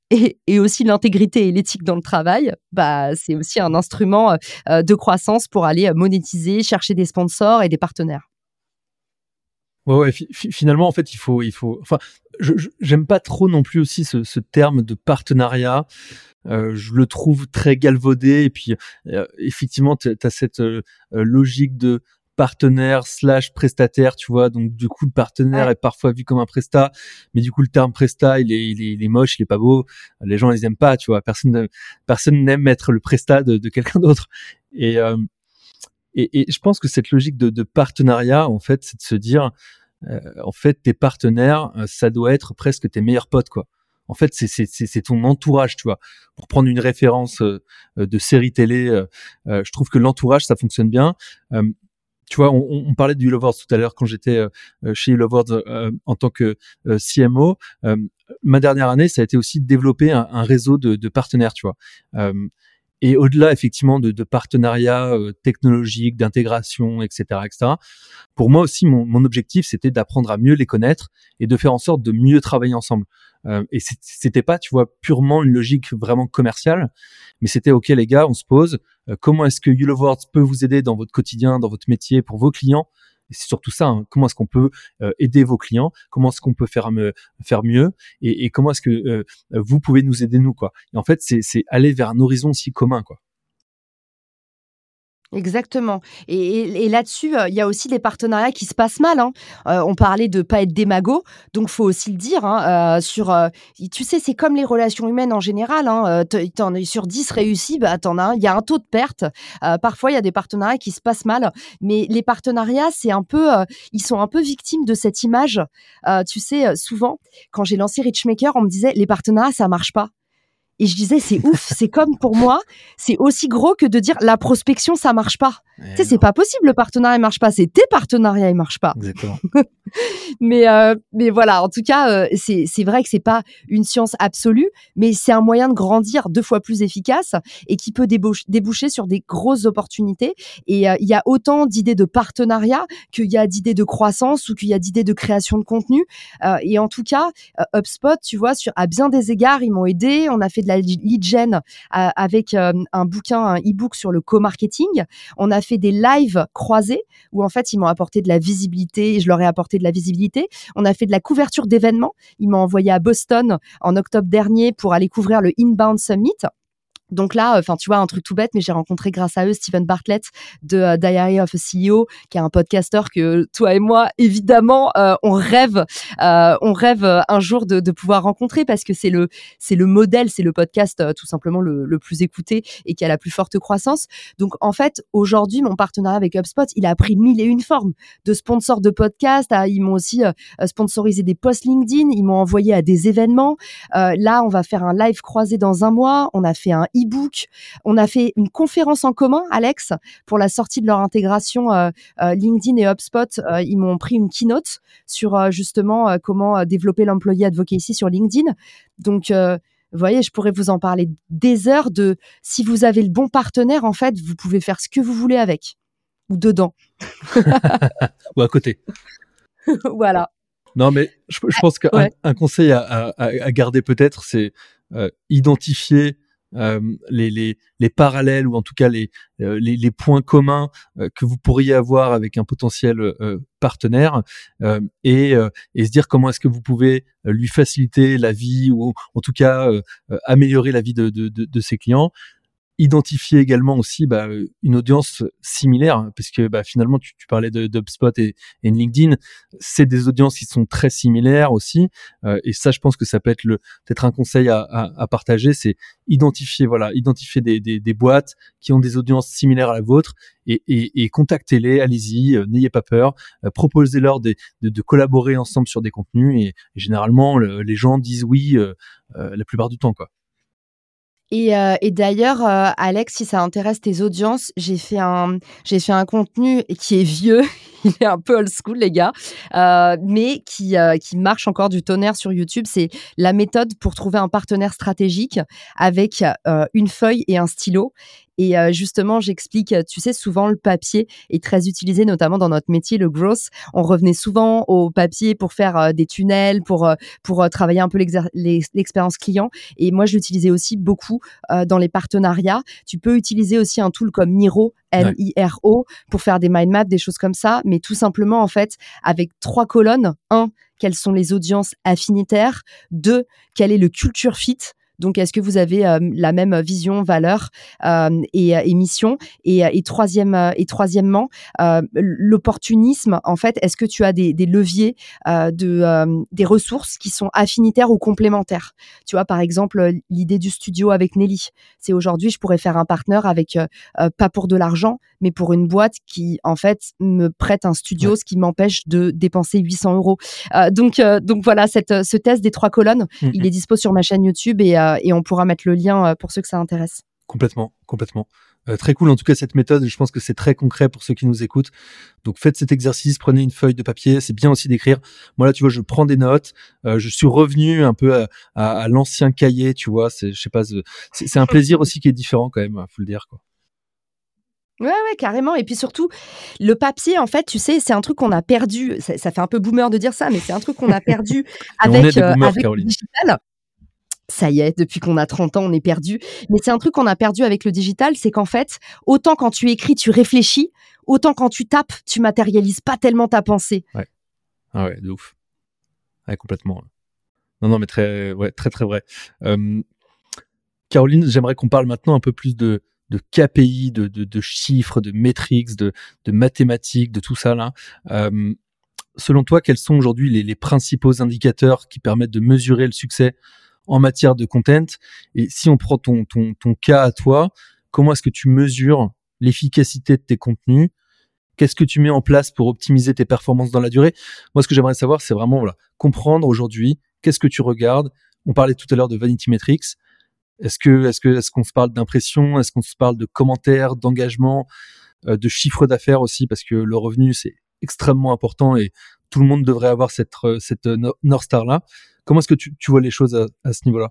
et aussi l'intégrité et l'éthique dans le travail, c'est aussi un instrument de croissance pour aller monétiser, chercher des sponsors et des partenaires. Ouais, finalement, en fait, il faut. Enfin, j'aime pas trop non plus aussi ce terme de partenariat. Je le trouve très galvaudé. Et puis, effectivement, t'as cette logique de partenaire / prestataire, tu vois. Donc, du coup, le partenaire est parfois vu comme un prestat, mais du coup, le terme prestat, il est moche, il est pas beau. Les gens les aiment pas, tu vois. Personne n'aime être le prestat de quelqu'un d'autre. Et je pense que cette logique de partenariat, en fait, c'est de se dire, en fait, tes partenaires, ça doit être presque tes meilleurs potes, quoi. En fait, c'est ton entourage, tu vois. Pour prendre une référence de série télé, je trouve que l'entourage, ça fonctionne bien. Tu vois, on parlait du Hello World tout à l'heure quand j'étais chez Hello World en tant que CMO. Ma dernière année, ça a été aussi de développer un réseau de partenaires, tu vois. Et au-delà, effectivement, de partenariats technologiques, d'intégration, etc., etc., pour moi aussi, mon objectif, c'était d'apprendre à mieux les connaître et de faire en sorte de mieux travailler ensemble. Et c'était pas, tu vois, purement une logique vraiment commerciale, mais c'était, OK, les gars, on se pose, comment est-ce que Hello World peut vous aider dans votre quotidien, dans votre métier, pour vos clients? Et c'est surtout ça, hein, comment est-ce qu'on peut aider vos clients, comment est-ce qu'on peut faire mieux, et comment est-ce que vous pouvez nous aider, nous, quoi. Et en fait, c'est aller vers un horizon aussi commun, quoi. Exactement. Et là-dessus, il y a aussi des partenariats qui se passent mal, hein. On parlait de pas être démago, donc faut aussi le dire, hein, tu sais, c'est comme les relations humaines en général, hein, sur 10 réussis, t'en as un, il y a un taux de perte. Parfois, il y a des partenariats qui se passent mal, mais les partenariats, c'est un peu, ils sont un peu victimes de cette image. Tu sais, souvent, quand j'ai lancé Richmaker, on me disait: «Les partenariats, ça marche pas». Et je disais, c'est ouf, c'est comme pour moi, c'est aussi gros que de dire la prospection, ça marche pas. Tu sais, c'est pas possible, le partenariat marche pas, c'est tes partenariats, ils marchent pas. Exactement. Mais voilà, en tout cas, c'est vrai que c'est pas une science absolue, mais c'est un moyen de grandir 2 fois plus efficace et qui peut déboucher sur des grosses opportunités. Et il y a autant d'idées de partenariat qu'il y a d'idées de croissance ou qu'il y a d'idées de création de contenu. Et en tout cas, HubSpot, tu vois, à bien des égards, ils m'ont aidé. On a fait de la lead gen avec un bouquin, un e-book sur le co-marketing. On a fait des lives croisés où en fait, ils m'ont apporté de la visibilité et je leur ai apporté de la visibilité. On a fait de la couverture d'événements. Ils m'ont envoyé à Boston en octobre dernier pour aller couvrir le Inbound Summit. Donc là, tu vois, un truc tout bête, mais j'ai rencontré grâce à eux Steven Bartlett de Diary of a CEO, qui est un podcasteur que toi et moi, évidemment, on rêve un jour de pouvoir rencontrer parce que c'est le modèle, c'est le podcast tout simplement le plus écouté et qui a la plus forte croissance. Donc en fait, aujourd'hui, mon partenariat avec HubSpot, il a pris 1001 formes, de sponsors de podcasts, ils m'ont aussi sponsorisé des posts LinkedIn, ils m'ont envoyé à des événements. Là, on va faire un live croisé dans un mois. On a fait un e-book. On a fait une conférence en commun, Alex, pour la sortie de leur intégration LinkedIn et HubSpot. Ils m'ont pris une keynote sur justement comment développer l'employee advocacy sur LinkedIn. Donc, vous voyez, je pourrais vous en parler des heures de si vous avez le bon partenaire, en fait, vous pouvez faire ce que vous voulez avec ou dedans. Ou à côté. Voilà. Non, mais je pense qu'un conseil à garder peut-être, c'est identifier les parallèles ou en tout cas les points communs que vous pourriez avoir avec un potentiel partenaire et se dire comment est-ce que vous pouvez lui faciliter la vie ou en tout cas améliorer la vie de ses clients. Identifier également aussi une audience similaire, parce que finalement tu parlais d'HubSpot et de LinkedIn, c'est des audiences qui sont très similaires aussi, et ça je pense que ça peut être peut-être un conseil à partager, c'est identifier des boîtes qui ont des audiences similaires à la vôtre et contactez-les, allez-y, n'ayez pas peur, proposez-leur de collaborer ensemble sur des contenus et généralement les gens disent oui la plupart du temps, quoi. Et d'ailleurs, Alex, si ça intéresse tes audiences, j'ai fait un contenu qui est vieux, il est un peu old school, les gars, mais qui marche encore du tonnerre sur YouTube. C'est la méthode pour trouver un partenaire stratégique avec une feuille et un stylo. Et justement, j'explique, tu sais, souvent le papier est très utilisé, notamment dans notre métier, le growth. On revenait souvent au papier pour faire des tunnels, pour travailler un peu l'expérience client. Et moi, je l'utilisais aussi beaucoup dans les partenariats. Tu peux utiliser aussi un tool comme Miro, M-I-R-O, pour faire des mind maps, des choses comme ça. Mais tout simplement, en fait, avec 3 colonnes. 1, quelles sont les audiences affinitaires? 2, quel est le culture fit? Donc, est-ce que vous avez la même vision, valeur et mission? Et troisièmement, l'opportunisme, en fait, est-ce que tu as des leviers des ressources qui sont affinitaires ou complémentaires? Tu vois, par exemple, l'idée du studio avec Nelly. C'est aujourd'hui, je pourrais faire un partenaire avec, pas pour de l'argent, mais pour une boîte qui, en fait, me prête un studio, ce qui m'empêche de dépenser 800 €. Donc voilà, ce test des 3 colonnes, il est dispo sur ma chaîne YouTube et on pourra mettre le lien pour ceux que ça intéresse. Complètement. Très cool, en tout cas, cette méthode. Je pense que c'est très concret pour ceux qui nous écoutent. Donc, faites cet exercice, prenez une feuille de papier. C'est bien aussi d'écrire. Moi, là, tu vois, je prends des notes. Je suis revenu un peu à l'ancien cahier, tu vois. Je sais pas, c'est un plaisir aussi qui est différent quand même, faut le dire, quoi. Ouais, carrément. Et puis surtout, le papier, en fait, tu sais, c'est un truc qu'on a perdu. Ça fait un peu boomer de dire ça, mais c'est un truc qu'on a perdu avec le digital. Ça y est, depuis qu'on a 30 ans, on est perdu. Mais c'est un truc qu'on a perdu avec le digital, c'est qu'en fait, autant quand tu écris, tu réfléchis, autant quand tu tapes, tu matérialises pas tellement ta pensée. Ouais. Ah ouais, de ouf. Ouais, complètement. Non, mais très, très vrai. Caroline, j'aimerais qu'on parle maintenant un peu plus de KPI, de chiffres, de métriques, de mathématiques, de tout ça là. Selon toi, quels sont aujourd'hui les principaux indicateurs qui permettent de mesurer le succès en matière de content? Et si on prend ton cas à toi, comment est-ce que tu mesures l'efficacité de tes contenus? Qu'est-ce que tu mets en place pour optimiser tes performances dans la durée? Moi, ce que j'aimerais savoir, c'est vraiment comprendre aujourd'hui qu'est-ce que tu regardes. On parlait tout à l'heure de Vanity Metrics. Est-ce qu'on se parle d'impression? Est-ce qu'on se parle de commentaires, d'engagement, de chiffre d'affaires aussi? Parce que le revenu, c'est extrêmement important et tout le monde devrait avoir cette North Star là. Comment est-ce que tu vois les choses à ce niveau-là?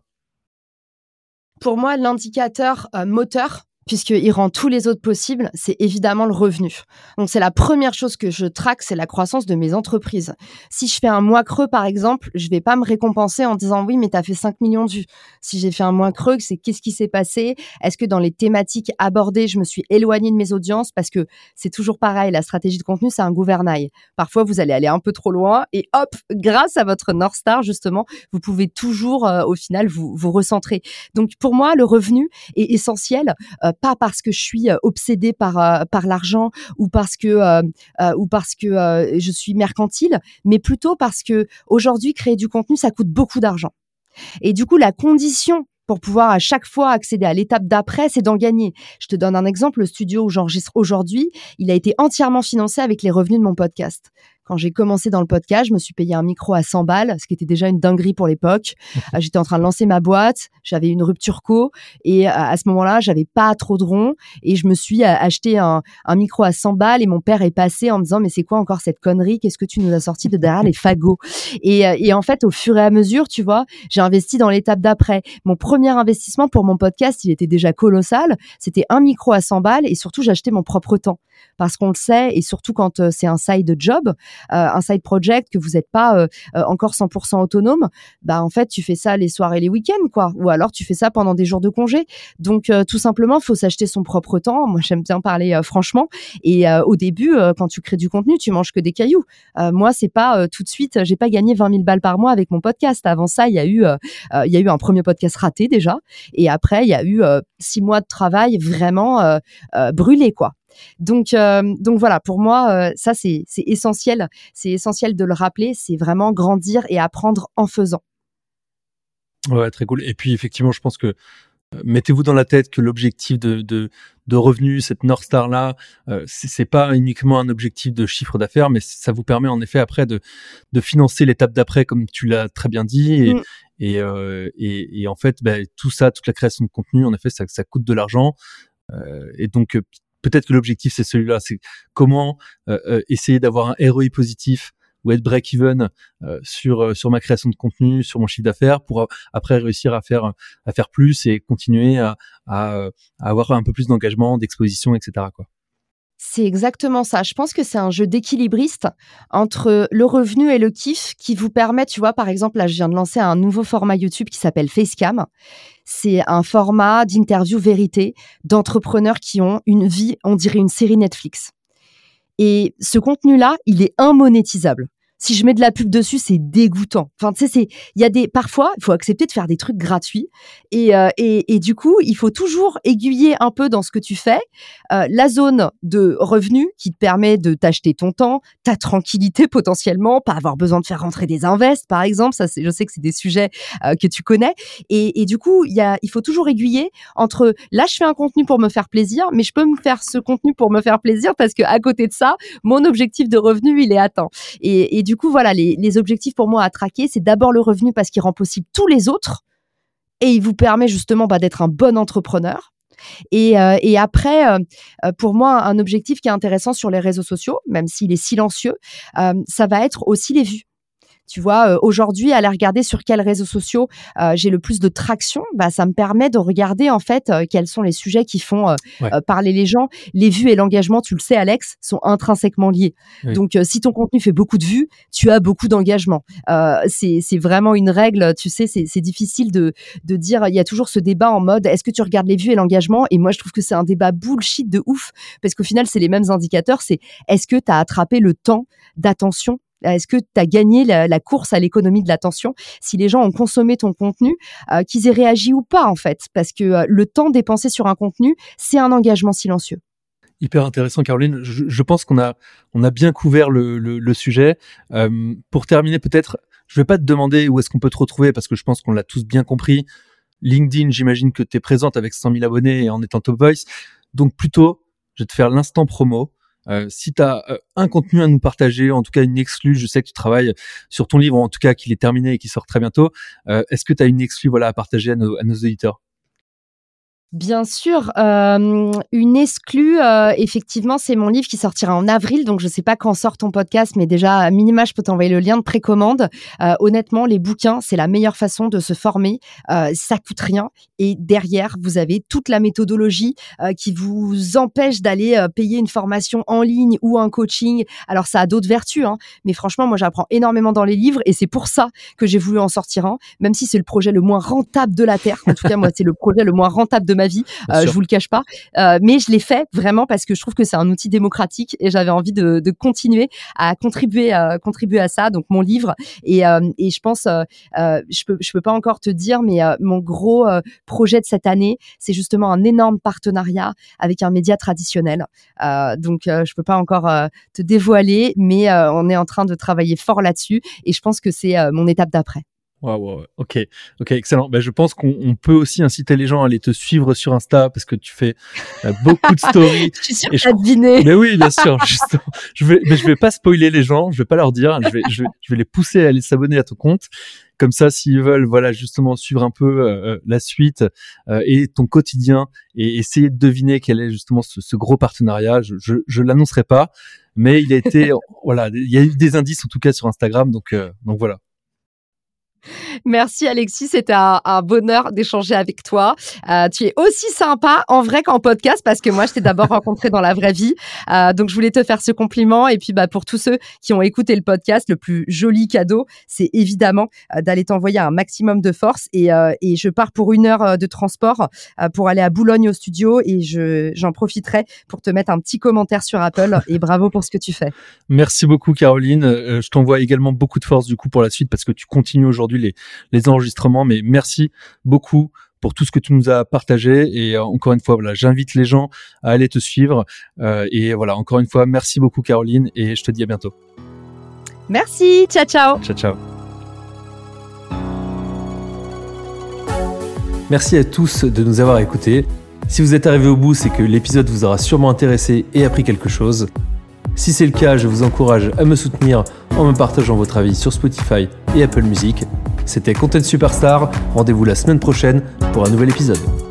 Pour moi, l'indicateur moteur, puisqu'il rend tous les autres possibles, c'est évidemment le revenu. Donc, c'est la première chose que je traque, c'est la croissance de mes entreprises. Si je fais un mois creux, par exemple, je vais pas me récompenser en disant « oui, mais tu as fait 5 millions de vues ». Si j'ai fait un mois creux, c'est qu'est-ce qui s'est passé? Est-ce que dans les thématiques abordées, je me suis éloignée de mes audiences? Parce que c'est toujours pareil, la stratégie de contenu, c'est un gouvernail. Parfois, vous allez aller un peu trop loin et hop, grâce à votre North Star, justement, vous pouvez toujours, au final, vous recentrer. Donc, pour moi, le revenu est essentiel, pas parce que je suis obsédée par l'argent ou parce que je suis mercantile, mais plutôt parce que aujourd'hui créer du contenu, ça coûte beaucoup d'argent. Et du coup, la condition pour pouvoir à chaque fois accéder à l'étape d'après, c'est d'en gagner. Je te donne un exemple, le studio où j'enregistre aujourd'hui, il a été entièrement financé avec les revenus de mon podcast. Quand j'ai commencé dans le podcast, je me suis payé un micro à 100 balles, ce qui était déjà une dinguerie pour l'époque. J'étais en train de lancer ma boîte, j'avais une rupture co et à ce moment-là, j'avais pas trop de ronds et je me suis acheté un micro à 100 balles et mon père est passé en me disant « mais c'est quoi encore cette connerie? Qu'est-ce que tu nous as sorti de derrière les fagots ?» Et en fait, au fur et à mesure, tu vois, j'ai investi dans l'étape d'après. Mon premier investissement pour mon podcast, il était déjà colossal. C'était un micro à 100 balles et surtout, j'achetais mon propre temps. Parce qu'on le sait, et surtout quand c'est un side job, un side project, que vous n'êtes pas encore 100% autonome, bah en fait, tu fais ça les soirs et les week-ends, quoi. Ou alors, tu fais ça pendant des jours de congé. Donc, tout simplement, il faut s'acheter son propre temps. Moi, j'aime bien parler franchement. Et au début, quand tu crées du contenu, tu manges que des cailloux. Moi, c'est pas tout de suite, j'ai pas gagné 20 000 balles par mois avec mon podcast. Avant ça, il y a eu un premier podcast raté déjà. Et après, il y a eu 6 mois de travail vraiment brûlé, quoi. Donc voilà, pour moi, ça c'est essentiel. C'est essentiel de le rappeler. C'est vraiment grandir et apprendre en faisant. Ouais, très cool. Et puis effectivement, je pense que mettez-vous dans la tête que l'objectif de revenus, cette North Star là, c'est pas uniquement un objectif de chiffre d'affaires, mais ça vous permet en effet après de financer l'étape d'après, comme tu l'as très bien dit. Et en fait, tout ça, toute la création de contenu, en effet, ça coûte de l'argent. Et donc peut-être que l'objectif c'est celui-là, c'est comment essayer d'avoir un ROI positif être break-even sur ma création de contenu, sur mon chiffre d'affaires, pour après réussir à faire plus et continuer à avoir un peu plus d'engagement, d'exposition, etc., quoi. C'est exactement ça. Je pense que c'est un jeu d'équilibriste entre le revenu et le kiff qui vous permet, tu vois, par exemple, là, je viens de lancer un nouveau format YouTube qui s'appelle Facecam. C'est un format d'interview vérité d'entrepreneurs qui ont une vie, on dirait une série Netflix. Et ce contenu-là, il est immonétisable. Si je mets de la pub dessus, c'est dégoûtant. Enfin, tu sais, parfois, il faut accepter de faire des trucs gratuits. Et du coup, il faut toujours aiguiller un peu dans ce que tu fais. La zone de revenus qui te permet de t'acheter ton temps, ta tranquillité potentiellement, pas avoir besoin de faire rentrer des invests, par exemple. Ça, je sais que c'est des sujets que tu connais. Et du coup, il faut toujours aiguiller entre, là, je fais un contenu pour me faire plaisir, mais je peux me faire ce contenu pour me faire plaisir parce que à côté de ça, mon objectif de revenu, il est atteint. Et du coup, voilà, les objectifs pour moi à traquer, c'est d'abord le revenu parce qu'il rend possible tous les autres et il vous permet justement d'être un bon entrepreneur. Et après, pour moi, un objectif qui est intéressant sur les réseaux sociaux, même s'il est silencieux, ça va être aussi les vues. Tu vois, aujourd'hui, aller regarder sur quels réseaux sociaux j'ai le plus de traction, ça me permet de regarder en fait quels sont les sujets qui font parler les gens. Les vues et l'engagement, tu le sais, Alex, sont intrinsèquement liés. Oui. Donc, si ton contenu fait beaucoup de vues, tu as beaucoup d'engagement. C'est vraiment une règle, tu sais, c'est difficile de dire, il y a toujours ce débat en mode, est-ce que tu regardes les vues et l'engagement ? Et moi, je trouve que c'est un débat bullshit de ouf, parce qu'au final, c'est les mêmes indicateurs, c'est est-ce que tu as attrapé le temps d'attention ? Est-ce que tu as gagné la course à l'économie de l'attention ? Si les gens ont consommé ton contenu, qu'ils aient réagi ou pas, en fait. Parce que le temps dépensé sur un contenu, c'est un engagement silencieux. Hyper intéressant, Caroline. Je pense qu'on a bien couvert le sujet. Pour terminer, peut-être, je vais pas te demander où est-ce qu'on peut te retrouver, parce que je pense qu'on l'a tous bien compris. LinkedIn, j'imagine que tu es présente avec 100 000 abonnés et en étant Top Voice. Donc plutôt, je vais te faire l'instant promo. Si tu as un contenu à nous partager, en tout cas une exclue, je sais que tu travailles sur ton livre, ou en tout cas qu'il est terminé et qu'il sort très bientôt, est-ce que tu as une exclue à partager à nos auditeurs ? Bien sûr, une exclue, effectivement, c'est mon livre qui sortira en avril, donc je ne sais pas quand sort ton podcast, mais déjà, à minima, je peux t'envoyer le lien de précommande. Honnêtement, les bouquins, c'est la meilleure façon de se former, ça coûte rien, et derrière, vous avez toute la méthodologie qui vous empêche d'aller payer une formation en ligne ou un coaching. Alors, ça a d'autres vertus, mais franchement, moi, j'apprends énormément dans les livres, et c'est pour ça que j'ai voulu en sortir un, même si c'est le projet le moins rentable de la Terre. En tout cas, moi, c'est le projet le moins rentable de ma vie, je vous le cache pas, mais je l'ai fait vraiment parce que je trouve que c'est un outil démocratique et j'avais envie de continuer à contribuer à ça, donc mon livre, et je pense, je peux pas encore te dire, mais mon gros projet de cette année, c'est justement un énorme partenariat avec un média traditionnel, donc je peux pas encore te dévoiler, mais on est en train de travailler fort là-dessus et je pense que c'est mon étape d'après. Wow, ok, excellent. Je pense qu'on peut aussi inciter les gens à aller te suivre sur Insta parce que tu fais beaucoup de stories. Je suis sûre que tu as deviné. Mais oui, bien sûr. Justement. Je vais pas spoiler les gens, je vais pas leur dire. Je vais les pousser à aller s'abonner à ton compte. Comme ça, s'ils veulent, justement suivre un peu la suite et ton quotidien et essayer de deviner quel est justement ce gros partenariat. Je l'annoncerai pas, mais il a été, il y a eu des indices en tout cas sur Instagram, donc voilà. Merci Alexis, c'était un bonheur d'échanger avec toi. Tu es aussi sympa en vrai qu'en podcast parce que moi je t'ai d'abord rencontré dans la vraie vie. Donc je voulais te faire ce compliment et puis pour tous ceux qui ont écouté le podcast, le plus joli cadeau, c'est évidemment d'aller t'envoyer un maximum de force et je pars pour 1 heure de transport pour aller à Boulogne au studio et j'en profiterai pour te mettre un petit commentaire sur Apple et bravo pour ce que tu fais. Merci beaucoup Caroline, je t'envoie également beaucoup de force du coup pour la suite parce que tu continues aujourd'hui les enregistrements, mais merci beaucoup pour tout ce que tu nous as partagé et encore une fois, j'invite les gens à aller te suivre et encore une fois, merci beaucoup Caroline et je te dis à bientôt. Merci, ciao. Ciao. Merci à tous de nous avoir écoutés. Si vous êtes arrivé au bout, c'est que l'épisode vous aura sûrement intéressé et appris quelque chose. Si c'est le cas, je vous encourage à me soutenir en me partageant votre avis sur Spotify et Apple Music. C'était Content Superstar, rendez-vous la semaine prochaine pour un nouvel épisode.